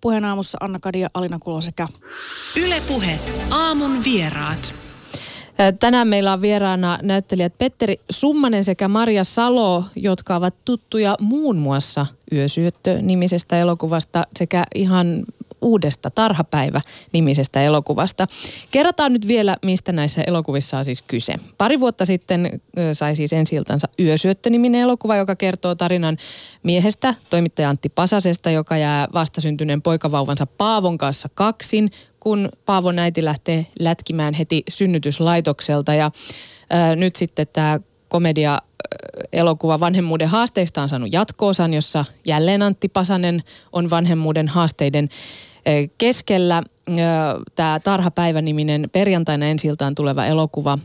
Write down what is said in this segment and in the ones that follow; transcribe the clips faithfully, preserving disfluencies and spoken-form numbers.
Yle Puheen aamussa Anna Kadi ja Alina Kulo sekä Yle Puhe, aamun vieraat. Tänään meillä on vieraana näyttelijät Petteri Summanen sekä Marja Salo, jotka ovat tuttuja muun muassa Yösyöttö-nimisestä elokuvasta sekä ihan uudesta Tarhapäivä-nimisestä elokuvasta. Kerrataan nyt vielä, mistä näissä elokuvissa on siis kyse. Pari vuotta sitten sai siis ensi-iltansa Yösyöttö-niminen elokuva, joka kertoo tarinan miehestä, toimittaja Antti Pasasesta, joka jää vastasyntyneen poikavauvansa Paavon kanssa kaksin, kun Paavon äiti lähtee lätkimään heti synnytyslaitokselta. Ja ää, nyt sitten tämä komedia elokuva Vanhemmuuden haasteista on saanut jatko-osan, jossa jälleen Antti Pasanen on vanhemmuuden haasteiden keskellä. Tämä Tarhapäivä-niminen perjantaina ensi-iltaan tuleva elokuva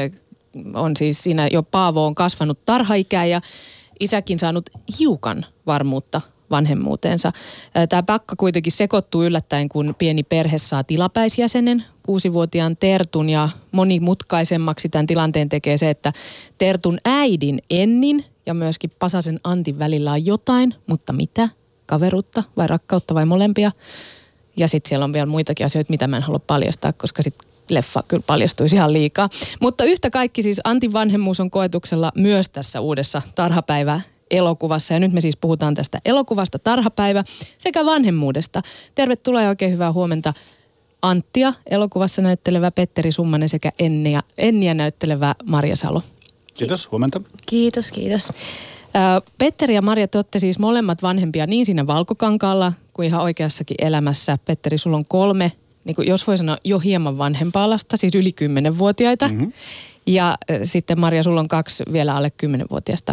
on siis siinä jo Paavo on kasvanut tarhaikään ja isäkin saanut hiukan varmuutta vanhemmuuteensa. Tämä pakka kuitenkin sekoittuu yllättäen, kun pieni perhe saa tilapäisjäsenen, kuusivuotiaan Tertun, ja monimutkaisemmaksi tämän tilanteen tekee se, että Tertun äidin Ennin ja myöskin Pasasen Antin välillä on jotain, mutta mitä? Kaveruutta vai rakkautta vai molempia? Ja sitten siellä on vielä muitakin asioita, mitä mä en halua paljastaa, koska sitten leffa kyllä paljastuisi ihan liikaa. Mutta yhtä kaikki siis Antin vanhemmuus on koetuksella myös tässä uudessa Tarhapäivä elokuvassa. Ja nyt me siis puhutaan tästä elokuvasta Tarhapäivä sekä vanhemmuudesta. Tervetuloa ja oikein hyvää huomenta Anttia elokuvassa näyttelevä Petteri Summanen sekä Enniä, Enniä näyttelevä Marja Salo. Kiitos, huomenta. Kiitos, kiitos. Petteri ja Marja, te olette siis molemmat vanhempia niin siinä Valkokankaalla kuin ihan oikeassakin elämässä. Petteri, sulla on kolme, niin kuin jos voi sanoa, jo hieman vanhempaa lasta, siis yli kymmenvuotiaita. Mm-hmm. Ja sitten Marja, sulla on kaksi vielä alle kymmenvuotiaista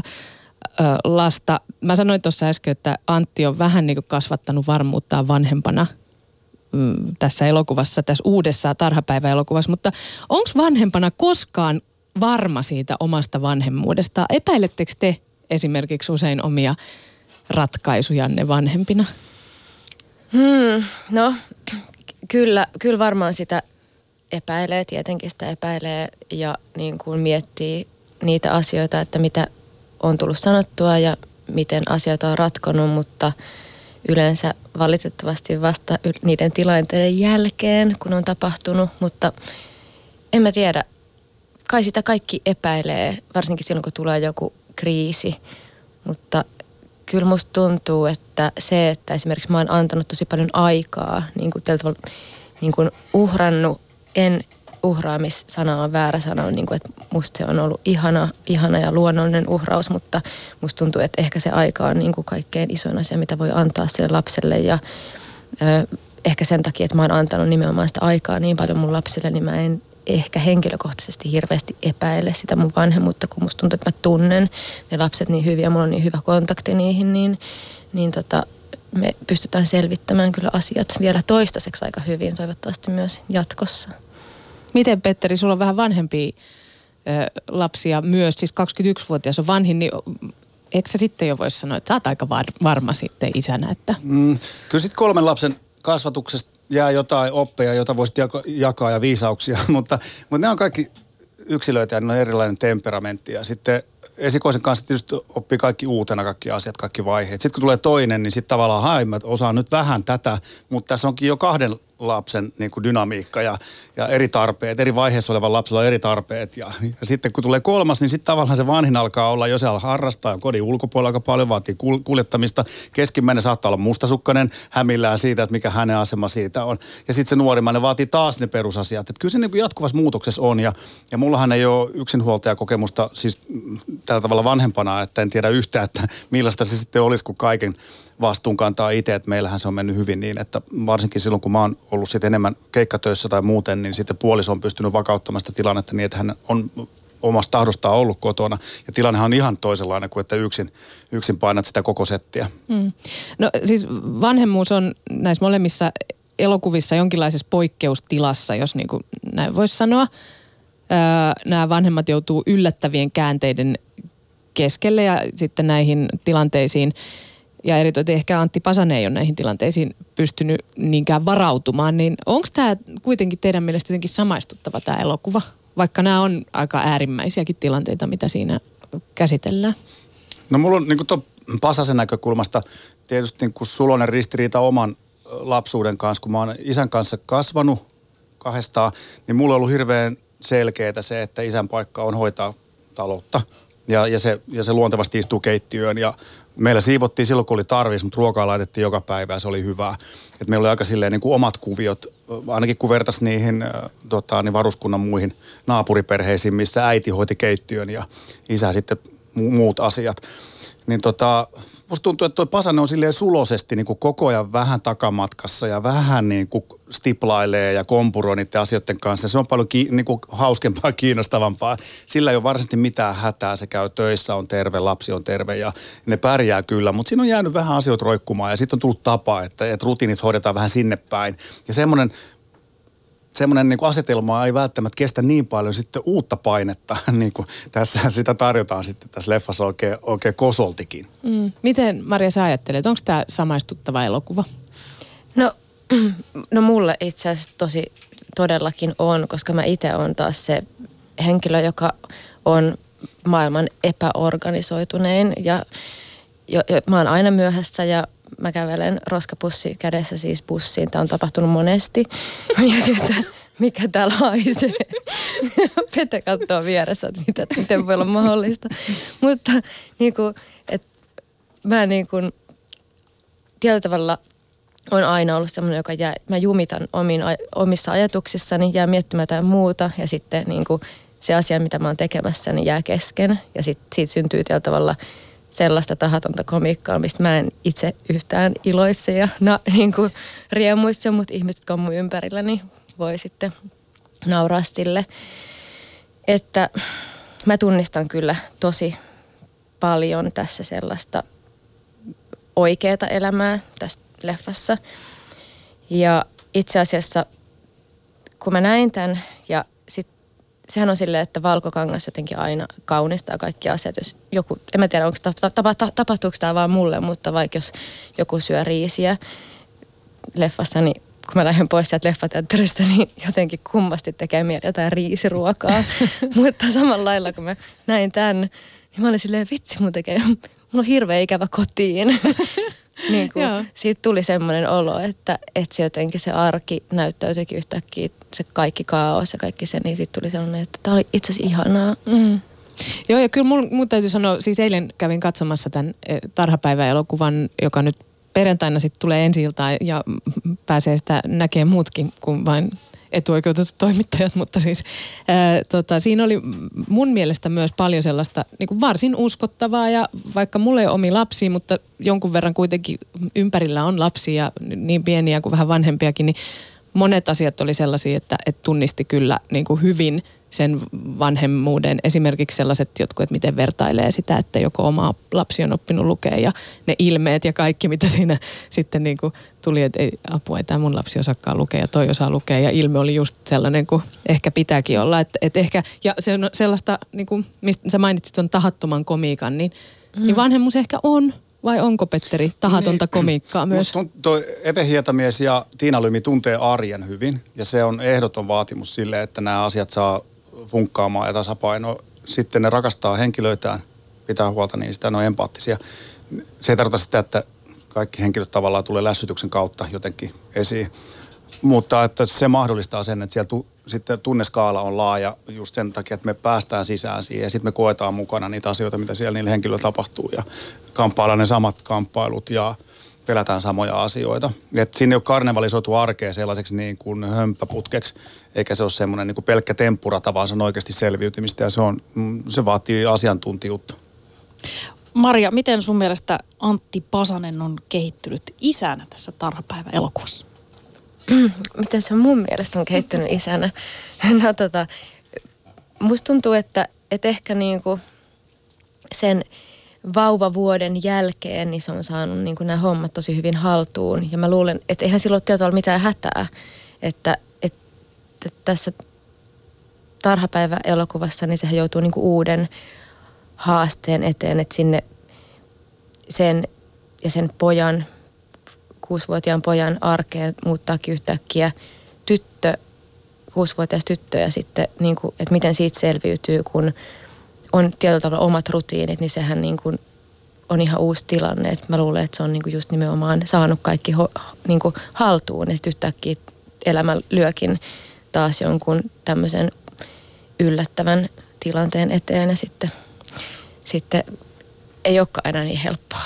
lasta. Mä sanoin tuossa äsken, että Antti on vähän niin kuin kasvattanut varmuuttaan vanhempana mm, tässä elokuvassa, tässä uudessa Tarhapäivä-elokuvassa, mutta onko vanhempana koskaan varma siitä omasta vanhemmuudesta? Epäilettekö te esimerkiksi usein omia ratkaisujanne vanhempina? Hmm, no, kyllä, kyllä varmaan sitä epäilee, tietenkin sitä epäilee ja niin kuin miettii niitä asioita, että mitä on tullut sanottua ja miten asioita on ratkonut, mutta yleensä valitettavasti vasta niiden tilanteiden jälkeen, kun on tapahtunut, mutta en mä tiedä, kai sitä kaikki epäilee, varsinkin silloin, kun tulee joku kriisi, mutta kyllä musta tuntuu, että se, että esimerkiksi mä oon antanut tosi paljon aikaa, niin kuin, niin kuin uhrannut, en uhraamissana on väärä sana, niin kuin, että musta se on ollut ihana, ihana ja luonnollinen uhraus, mutta musta tuntuu, että ehkä se aika on niin kuin kaikkein isoin asia, mitä voi antaa sille lapselle ja ö, ehkä sen takia, että mä oon antanut nimenomaan sitä aikaa niin paljon mun lapsille, niin mä en ehkä henkilökohtaisesti hirveästi epäile sitä mun vanhemmuutta, kun musta tuntuu, että mä tunnen ne lapset niin hyvin ja mulla on niin hyvä kontakti niihin, niin, niin tota, me pystytään selvittämään kyllä asiat vielä toistaiseksi aika hyvin, toivottavasti myös jatkossa. Miten, Petteri, sulla on vähän vanhempia ö, lapsia myös, siis kaksikymmentäyksivuotias on vanhin, niin eikö sä sitten jo voisi sanoa, että sä oot aika var- varma sitten isänä, että... Mm, kyllä sitten kolmen lapsen kasvatuksesta jää jotain oppeja, joita voisit jako- jakaa ja viisauksia, mutta, mutta ne on kaikki yksilöitä ja ne on erilainen temperamentti ja sitten esikoisen kanssa tietysti oppii kaikki uutena, kaikki asiat, kaikki vaiheet. Sitten kun tulee toinen, niin sitten tavallaan hain, mä osaan nyt vähän tätä, mutta tässä onkin jo kahden lapsen niin kuin dynamiikka ja, ja eri tarpeet. Eri vaiheessa olevan lapsella on eri tarpeet. Ja, ja sitten kun tulee kolmas, niin sitten tavallaan se vanhin alkaa olla, jos siellä harrastaa kodin ulkopuolella aika paljon, vaatii kuljettamista. Keskimmäinen saattaa olla mustasukkainen, hämillään siitä, että mikä hänen asema siitä on. Ja sitten se nuorimmainen vaatii taas ne perusasiat. Että kyllä se niin kuin jatkuvassa muutoksessa on. Ja, ja mullahan ei ole yksinhuoltajakokemusta siis tällä tavalla vanhempana, että en tiedä yhtään, että millaista se sitten olisi, kun kaiken vastuun kantaa itse, että meillähän se on mennyt hyvin niin, että varsinkin silloin, kun mä oon ollut sitten enemmän keikkatöissä tai muuten, niin sitten puoliso on pystynyt vakauttamaan sitä tilannetta niin, että hän on omasta tahdostaan ollut kotona. Ja tilannehan on ihan toisenlainen kuin, että yksin, yksin painat sitä koko settiä. Hmm. No siis vanhemmuus on näissä molemmissa elokuvissa jonkinlaisessa poikkeustilassa, jos niin kuin näin voisi sanoa. Öö, nämä vanhemmat joutuu yllättävien käänteiden keskelle ja sitten näihin tilanteisiin. Ja erityisesti ehkä Antti Pasanen ei ole näihin tilanteisiin pystynyt niinkään varautumaan, niin onko tämä kuitenkin teidän mielestä jotenkin samaistuttava tämä elokuva? Vaikka nämä on aika äärimmäisiäkin tilanteita, mitä siinä käsitellään. No mulla on niin kuin tuon Pasasen näkökulmasta tietysti niin kuin suloinen ristiriita oman lapsuuden kanssa, kun mä oon isän kanssa kasvanut kahdestaan, niin mulla on ollut hirveän selkeää se, että isän paikka on hoitaa taloutta. Ja, ja, se, ja se luontevasti istuu keittiöön ja meillä siivottiin silloin, kun oli tarvis, mutta ruokaa laitettiin joka päivä ja se oli hyvää. Et meillä oli aika silleen niin kuin omat kuviot, ainakin kun vertaisi niihin äh, tota, niin varuskunnan muihin naapuriperheisiin, missä äiti hoiti keittiön ja isä sitten mu- muut asiat. Niin tota, musta tuntuu, että toi Pasanen on silleen sulosesti niin kuin koko ajan vähän takamatkassa ja vähän niin kuin stiplailee ja kompuroi niiden asioiden kanssa. Se on paljon ki- niin kuin hauskempaa, kiinnostavampaa. Sillä ei ole varsinaisesti mitään hätää. Se käy töissä, on terve, lapsi on terve ja ne pärjää kyllä. Mutta siinä on jäänyt vähän asioita roikkumaan ja sitten on tullut tapa, että, että rutiinit hoidetaan vähän sinne päin. Ja semmoinen semmoinen niin kuin asetelma ei välttämättä kestä niin paljon sitten uutta painetta, niin kuin tässä sitä tarjotaan sitten tässä leffassa oikein, oikein kosoltikin. Mm. Miten, Maria, sä ajattelet, onko tämä samaistuttava elokuva? No, no mulle itse asiassa tosi todellakin on, koska mä itse olen taas se henkilö, joka on maailman epäorganisoitunein ja jo, jo, mä oon aina myöhässä ja mä kävelen roskapussi kädessä siis bussiin. Tämä on tapahtunut monesti. Ja sitten, mikä täällä haisee. Pete katsoo vieressä, että mitä, miten voi olla mahdollista. Mutta niin kuin, että mä niin kuin, tietyllä tavalla on aina ollut semmoinen, joka jää, mä jumitan omiin, omissa ajatuksissani, jää miettimään jotain muuta ja sitten niin kuin, se asia, mitä mä oon tekemässä, niin jää kesken. Ja sitten siitä syntyy tietyllä tavalla sellaista tahatonta komiikkaa, mistä mä en itse yhtään iloitse ja na, niin kuin riemuitse, mutta ihmiset, jotka on mun ympärillä, niin voi sitten nauraa sille. Että mä tunnistan kyllä tosi paljon tässä sellaista oikeaa elämää tässä leffassa. Ja itse asiassa, kun mä näin tämän ja sitten sehän on silleen, että valkokangas jotenkin aina kaunistaa kaikki asiat. Jos joku, en mä tiedä, onko tapa, tapahtuuko tämä vaan mulle, mutta vaikka jos joku syö riisiä leffassa, niin kun mä lähden pois sieltä leffateatterista, niin jotenkin kummasti tekee mieli jotain riisiruokaa. Mutta samalla lailla, kun mä näin tämän, niin mä olin silleen, vitsi, mun tekee, mulla on hirveä ikävä kotiin. Niin kuin, siitä tuli semmoinen olo, että, että se jotenkin se arki näyttää jotenkin yhtäkkiä se kaikki kaos ja kaikki se, niin siitä tuli sellainen, että tämä oli itse asiassa ihanaa. Mm. Joo, ja kyllä mun, mun täytyy sanoa, siis eilen kävin katsomassa tämän Tarhapäivä-elokuvan, joka nyt perjantaina sitten tulee ensi-iltaan ja pääsee sitä näkemään muutkin kuin vain etuoikeutetut toimittajat, mutta siis ää, tota, siinä oli mun mielestä myös paljon sellaista niin kuin varsin uskottavaa ja vaikka mulla ei ole omia lapsia, mutta jonkun verran kuitenkin ympärillä on lapsia, niin pieniä kuin vähän vanhempiakin, niin monet asiat oli sellaisia, että, että tunnisti kyllä niin kuin hyvin sen vanhemmuuden. Esimerkiksi sellaiset jotkut, että miten vertailee sitä, että joko oma lapsi on oppinut lukea ja ne ilmeet ja kaikki, mitä siinä sitten niin kuin tuli, että ei, apua, ei tämä mun lapsi osaakaan lukea ja toi osaa lukea. Ja ilme oli just sellainen kuin ehkä pitääkin olla. Että, että ehkä, ja se on sellaista, niin kuin, mistä sä mainitsit tuon tahattoman komiikan, niin, mm. niin vanhemmuus ehkä on. Vai onko, Petteri, tahatonta niin, komiikkaa myös? Musta toi Eve Hietamies ja Tiina Lymi tuntee arjen hyvin. Ja se on ehdoton vaatimus sille, että nämä asiat saa funkkaamaan ja tasapainoa. Sitten ne rakastaa henkilöitään, pitää huolta niistä, ne on empaattisia. Se ei tarkoita sitä, että kaikki henkilöt tavallaan tulee lässytyksen kautta jotenkin esiin. Mutta että se mahdollistaa sen, että siellä tu, sitten tunneskaala on laaja just sen takia, että me päästään sisään siihen ja sitten me koetaan mukana niitä asioita, mitä siellä niillä henkilöillä tapahtuu ja kamppaillaan ne samat kamppailut ja pelätään samoja asioita. Että siinä ei ole karnevalisoitu arkea sellaiseksi niin kuin hömppäputkeksi, eikä se ole semmoinen niin kuin pelkkä temppurata, vaan se on oikeasti selviytymistä ja se, on, se vaatii asiantuntijuutta. Maria, miten sun mielestä Antti Pasanen on kehittynyt isänä tässä Tarhapäivä-elokuvassa? Miten se mun mielestä on kehittynyt isänä? No tota, musta tuntuu, että, että ehkä niinku sen vauvavuoden jälkeen niin se on saanut niinku nämä hommat tosi hyvin haltuun. Ja mä luulen, että eihän silloin tietyllä mitään hätää, että, että tässä Tarhapäivä-elokuvassa niin sehän joutuu niinku uuden haasteen eteen, että sinne sen ja sen pojan, kuusivuotiaan pojan arkeen muuttaakin yhtäkkiä tyttö, kuusivuotias tyttö ja sitten, niin kuin, että miten siitä selviytyy, kun on tietyllä tavalla omat rutiinit, niin sehän niin kuin on ihan uusi tilanne. Et mä luulen, että se on niinku just nimenomaan saanut kaikki ho, niinku haltuun ja sitten yhtäkkiä elämä lyökin taas jonkun tämmöisen yllättävän tilanteen eteen ja sitten, sitten ei olekaan enää niin helppoa.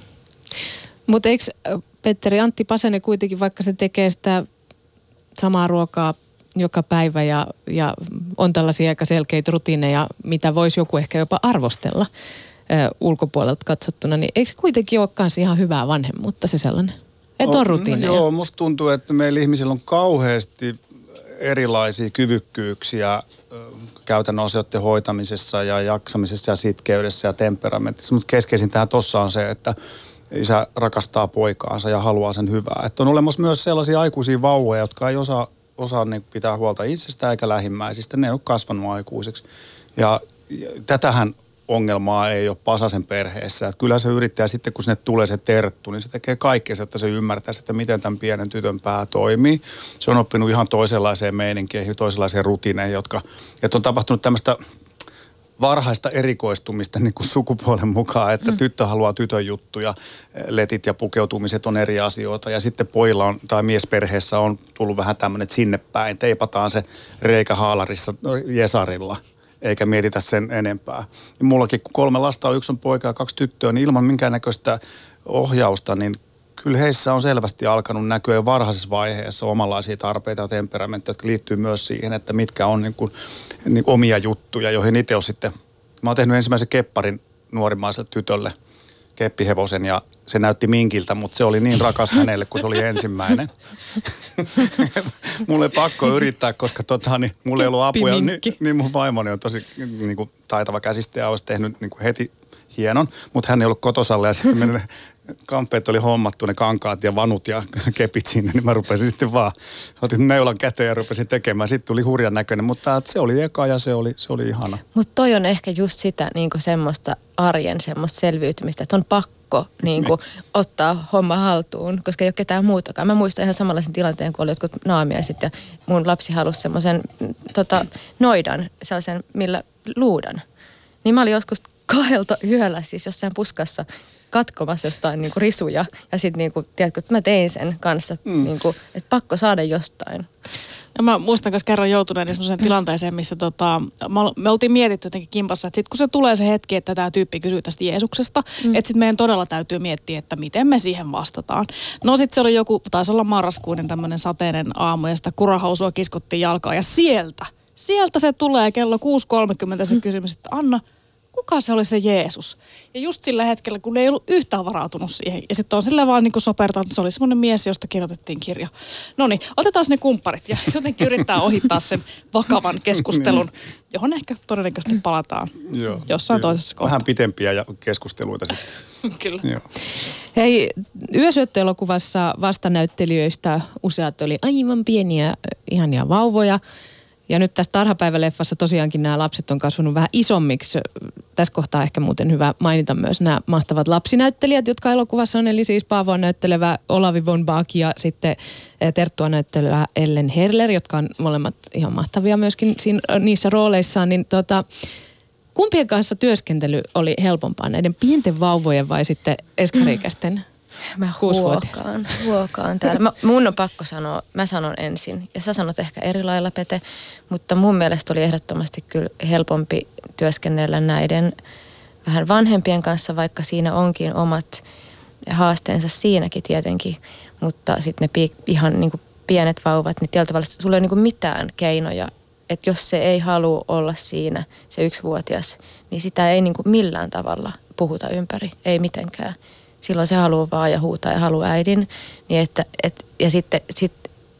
Mutta eikö Petteri Antti Pasanen kuitenkin, vaikka se tekee sitä samaa ruokaa joka päivä ja, ja on tällaisia aika selkeitä rutiineja, mitä voisi joku ehkä jopa arvostella ö, ulkopuolelta katsottuna, niin eikö se kuitenkin ole myös ihan hyvää vanhemmuutta se sellainen? Että on rutiineja. No, joo, musta tuntuu, että meillä ihmisillä on kauheasti erilaisia kyvykkyyksiä käytännön asioiden hoitamisessa ja jaksamisessa ja sitkeydessä ja temperamentissa, mutta keskeisintähän tuossa on se, että isä rakastaa poikaansa ja haluaa sen hyvää. Että on olemassa myös sellaisia aikuisia vauvoja, jotka ei osaa, osaa niin pitää huolta itsestään eikä lähimmäisistä. Ne ei ole kasvanut aikuiseksi. Ja, ja tätähän ongelmaa ei ole Pasasen perheessä. Että kyllä se yrittää sitten, kun sinne tulee se terttu, niin se tekee kaikkea, että se ymmärtäisi, että miten tämän pienen tytön pää toimii. Se on oppinut ihan toisenlaiseen meininkeihin, toisenlaiseen rutiineihin, jotka, että on tapahtunut tämmöistä varhaista erikoistumista niin kuin sukupuolen mukaan, että mm. tyttö haluaa tytön juttuja, letit ja pukeutumiset on eri asioita ja sitten pojilla on, tai miesperheessä on tullut vähän tämmöinen, että sinne päin teipataan se reikä haalarissa jesarilla, eikä mietitä sen enempää. Ja mullakin kun kolme lasta on, yksi on poika ja kaksi tyttöä, niin ilman minkäännäköistä ohjausta, niin kyllä heissä on selvästi alkanut näkyä jo varhaisessa vaiheessa omanlaisia tarpeita ja temperamentteja, jotka liittyy myös siihen, että mitkä on niin kuin, niin kuin omia juttuja, joihin itse on sitten, mä oon tehnyt ensimmäisen kepparin nuorimmaiselle tytölle, keppihevosen, ja se näytti minkiltä, mutta se oli niin rakas hänelle, kun se oli ensimmäinen. Mulla ei pakko yrittää, koska tota, niin, mulla ei ollut apuja, niin, niin mun vaimoni on tosi niin kuin, taitava käsistäjä ja olisi tehnyt niin kuin heti hienon, mutta hän ei ollut kotosalle ja sitten meidän kamppeet oli hommattu, ne kankaat ja vanut ja kepit sinne, niin mä rupesin sitten vaan, otin neulan käteen ja rupesin tekemään. Sitten tuli hurjan näköinen, mutta se oli eka ja se oli, se oli ihana. Mutta toi on ehkä just sitä niin semmoista arjen semmoista selviytymistä, että on pakko niin kuin, ottaa homma haltuun, koska ei ole ketään muutakaan. Mä muistan ihan samanlaisen tilanteen, kun oli jotkut naamiaiset ja mun lapsi halusi semmoisen tota, noidan, sellaisen millä luudan. Niin mä olin joskus kahdelta yöllä siis jossain puskassa katkomassa jostain niinku risuja. Ja sitten niinku, tiedätkö, että mä tein sen kanssa, mm. niinku, että pakko saada jostain. Ja mä muistan, koska kerran joutuneeni semmoiseen tilanteeseen, missä tota, me oltiin mietitty jotenkin kimpassa, että sitten kun se tulee se hetki, että tämä tyyppi kysyy tästä Jeesuksesta, mm. että sitten meidän todella täytyy miettiä, että miten me siihen vastataan. No sitten se oli joku, taisi olla marraskuinen tämmöinen sateinen aamu ja sitä kurahousua kiskottiin jalkaan ja sieltä, sieltä se tulee kello kuusi kolmekymmentä se kysymys, että Anna, kuka se oli se Jeesus? Ja just sillä hetkellä, kun ei ollut yhtään varautunut siihen. Ja sitten on sillä vaan niin sopertanut, että se oli semmoinen mies, josta kirjoitettiin kirja. No niin, otetaan ne kumpparit ja jotenkin yrittää ohittaa sen vakavan keskustelun, johon ehkä todennäköisesti palataan Joo, jossain kyllä. toisessa kohtaa. Vähän pitempiä ja keskusteluita sitten. Kyllä. Joo. Hei, Yösyöttö-elokuvassa vastanäyttelijöistä useat oli aivan pieniä, ihania vauvoja. Ja nyt tässä Tarhapäiväleffassa tosiaankin nämä lapset on kasvanut vähän isommiksi. Tässä kohtaa ehkä muuten hyvä mainita myös nämä mahtavat lapsinäyttelijät, jotka elokuvassa on. Eli siis Paavoa näyttelevä Olavi von Baak ja sitten Terttua näyttelevä Ellen Herler, jotka on molemmat ihan mahtavia myöskin siinä, niissä rooleissaan. Niin tota, kumpien kanssa työskentely oli helpompaa, näiden pienten vauvojen vai sitten eskariikäisten? Mä huokaan, huokaan täällä. Mä, mun on pakko sanoa, mä sanon ensin. Ja sä sanot ehkä eri lailla, Pete. Mutta mun mielestä oli ehdottomasti kyllä helpompi työskennellä näiden vähän vanhempien kanssa, vaikka siinä onkin omat haasteensa siinäkin tietenkin. Mutta sitten ne pi, ihan niin kuin pienet vauvat, niin tietyllä tavalla sulla ei ole niin kuin mitään keinoja. Että jos se ei halua olla siinä, se yksivuotias, niin sitä ei niin kuin millään tavalla puhuta ympäri. Ei mitenkään. Silloin se haluaa vaan ja huutaa ja haluaa äidin. Niin että, et, ja sitten sit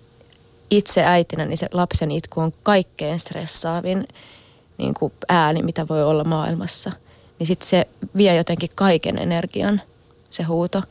itse äitinä, niin se lapsen itku on kaikkein stressaavin niin kuin ääni, mitä voi olla maailmassa. Niin sitten se vie jotenkin kaiken energian, se huuto.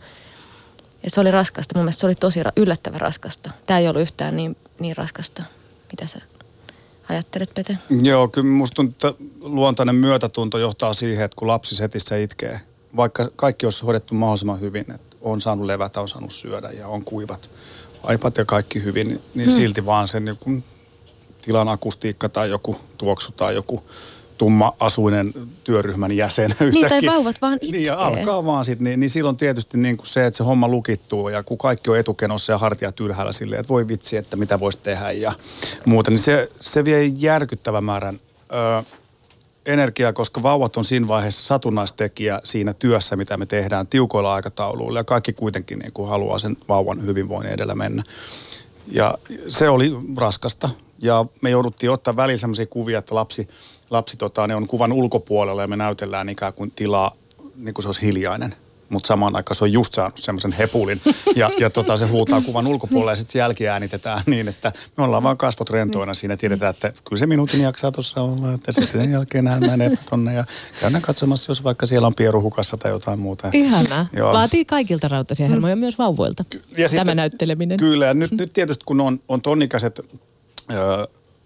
Ja se oli raskasta. Mun mielestä se oli tosi yllättävän raskasta. Tämä ei ollut yhtään niin, niin raskasta. Mitä sä ajattelet, Pete? Joo, kyllä musta tuntuu, että luontainen myötätunto johtaa siihen, että kun lapsi setissä itkee, vaikka kaikki olisi hoidettu mahdollisimman hyvin, että on saanut levätä, on saanut syödä ja on kuivat aipat ja kaikki hyvin, niin, niin hmm. silti vaan sen joku tilan akustiikka tai joku tuoksu tai joku tumma-asuinen työryhmän jäsen Niin, tai yhtäkkiä. vauvat vaan itkee. Niin, ja alkaa vaan sitten, niin, niin silloin tietysti niin kuin se, että se homma lukittuu ja kun kaikki on etukenossa ja hartiat ylhäällä silleen, että voi vitsi, että mitä voisi tehdä ja muuta, niin se, se vie järkyttävän määrän ö, energiaa, koska vauvat on siinä vaiheessa satunnaistekijä siinä työssä, mitä me tehdään tiukoilla aikatauluilla ja kaikki kuitenkin niin kuin haluaa sen vauvan hyvinvoinnin edellä mennä. Ja se oli raskasta ja me jouduttiin ottaa välillä sellaisia kuvia, että lapsi, lapsi tota, ne on kuvan ulkopuolella ja me näytellään ikään kuin tilaa, niin kuin se olisi hiljainen. Mutta samaan aikaan se on just saanut semmoisen hepulin ja, ja tota, se huutaa kuvan ulkopuolella ja sitten se jälki äänitetään niin, että me ollaan vaan kasvot rentoina siinä. Tiedetään, että kyllä se minuutin jaksaa tuossa olla, että sitten sen jälkeen hän menee tonne ja käydään katsomassa, jos vaikka siellä on pieru hukassa tai jotain muuta. Ihanaa. Joo. Vaatii kaikilta rautaisia hermoja, mm. myös vauvoilta, Ja tämä sitten, näytteleminen. Kyllä, ja nyt, nyt tietysti kun on, on tonnikäiset öö,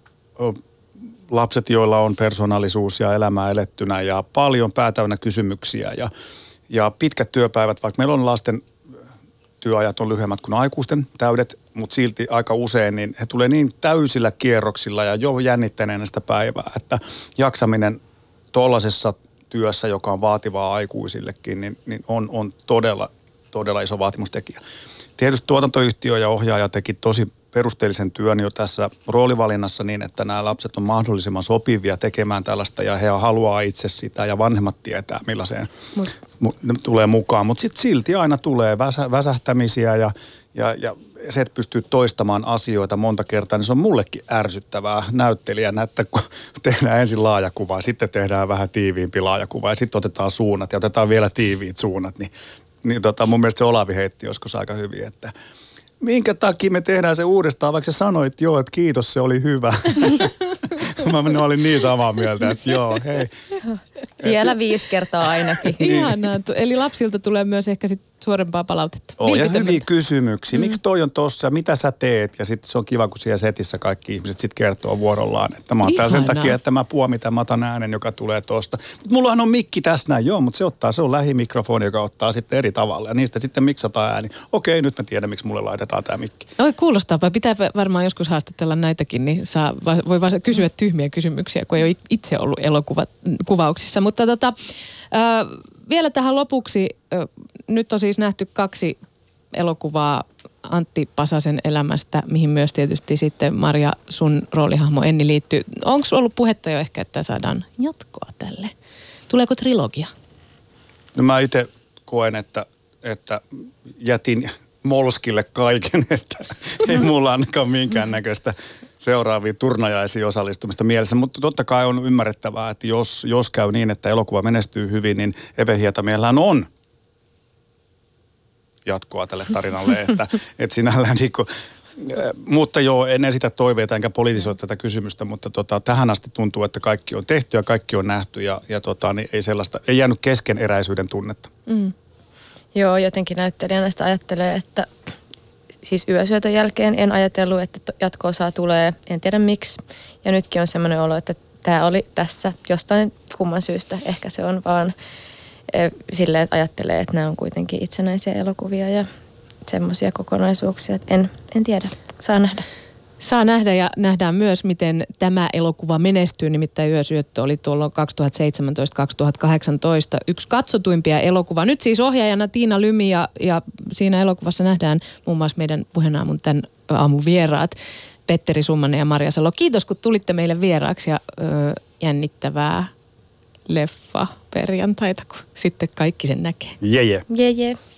lapset, joilla on persoonallisuus ja elämää elettynä ja paljon päätäynnä kysymyksiä ja, ja pitkät työpäivät, vaikka meillä on lasten työajat on lyhyemmät kuin aikuisten täydet, mutta silti aika usein niin he tulee niin täysillä kierroksilla ja jo jännittäneenä sitä päivää, että jaksaminen tuollaisessa työssä, joka on vaativaa aikuisillekin, niin, niin on, on todella, todella iso vaatimustekijä. Tietysti tuotantoyhtiö ja ohjaaja teki tosi perusteellisen työn jo tässä roolivalinnassa niin, että nämä lapset on mahdollisimman sopivia tekemään tällaista ja he haluaa itse sitä ja vanhemmat tietää millaiseen Mut. ne tulee mukaan. Mutta sitten silti aina tulee väsä, väsähtämisiä ja, ja, ja se, että pystyy toistamaan asioita monta kertaa, niin se on mullekin ärsyttävää näyttelijänä, että kun tehdään ensin laajakuva, sitten tehdään vähän tiiviimpi laajakuva ja sitten otetaan suunnat ja otetaan vielä tiiviit suunnat, niin, niin tota, mun mielestä se Olavi heitti joskus aika hyvin, että minkä takia me tehdään se uudestaan, vaikka sä sanoit joo, että kiitos, se oli hyvä. Mä olin niin samaa mieltä, että joo, hei. Vielä viisi kertaa ainakin. Ihanaa. Eli lapsilta tulee myös ehkä sit suorempaa palautetta. Oh, ja hyviä kysymyksiä. Miksi toi on tossa ja mitä sä teet? Ja sitten se on kiva, kun siellä setissä kaikki ihmiset sitten kertoo vuorollaan, että mä oon täällä sen takia, että mä puomitan, mä otan äänen, joka tulee tosta. Mutta mullahan on mikki tässä näin, joo, mutta se ottaa, se on lähimikrofoni, joka ottaa sitten eri tavalla. Ja niistä sitten miksataan ääni. Okei, nyt mä tiedän, miksi mulle laitetaan tää mikki. Oi, kuulostaapa. Pitää varmaan joskus haastatella näitäkin, niin saa, voi vaan kysyä tyhmiä kysymyksiä, kun ei ole itse ollut elokuvauksissa. Mutta tota, äh, vielä tähän lopuksi, äh, nyt on siis nähty kaksi elokuvaa Antti Pasasen elämästä, mihin myös tietysti sitten Marja, sun roolihahmo Enni liittyy. Onko ollut puhetta jo ehkä, että saadaan jatkoa tälle? Tuleeko trilogia? No mä itse koen, että, että jätin Molskille kaiken, että ei mulla ainakaan minkäännäköistä seuraavia turnajaisiin osallistumista mielessä. Mutta totta kai on ymmärrettävää, että jos, jos käy niin, että elokuva menestyy hyvin, niin Eve Hietamiellähän on jatkoa tälle tarinalle. Että, että sinällään niin kuin, mutta joo, en esitä toiveita enkä politisoi tätä kysymystä, mutta tota, tähän asti tuntuu, että kaikki on tehty ja kaikki on nähty ja, ja tota, niin ei sellaista, ei jäänyt keskeneräisyyden tunnetta. Mm. Joo, jotenkin näyttelijänä sitä ajattelee, että siis Yösyötön jälkeen en ajatellut, että jatko-osaa tulee, en tiedä miksi. Ja nytkin on semmoinen olo, että tämä oli tässä jostain kumman syystä. Ehkä se on vaan e, silleen, että ajattelee, että nämä on kuitenkin itsenäisiä elokuvia ja semmoisia kokonaisuuksia. En, en tiedä, saa nähdä. Saa nähdä ja nähdään myös, miten tämä elokuva menestyy. Nimittäin Yösyöttö oli tuolloin kaksituhattaseitsemäntoista kaksituhattakahdeksantoista yksi katsotuimpia elokuvaa. Nyt siis ohjaajana Tiina Lymi ja, ja siinä elokuvassa nähdään muun muassa meidän puheenaamun tämän aamun vieraat Petteri Summanen ja Marja Salo. Kiitos kun tulitte meille vieraaksi ja ö, jännittävää leffa perjantaita, kun sitten kaikki sen näkee. Jeje. Jee, jee.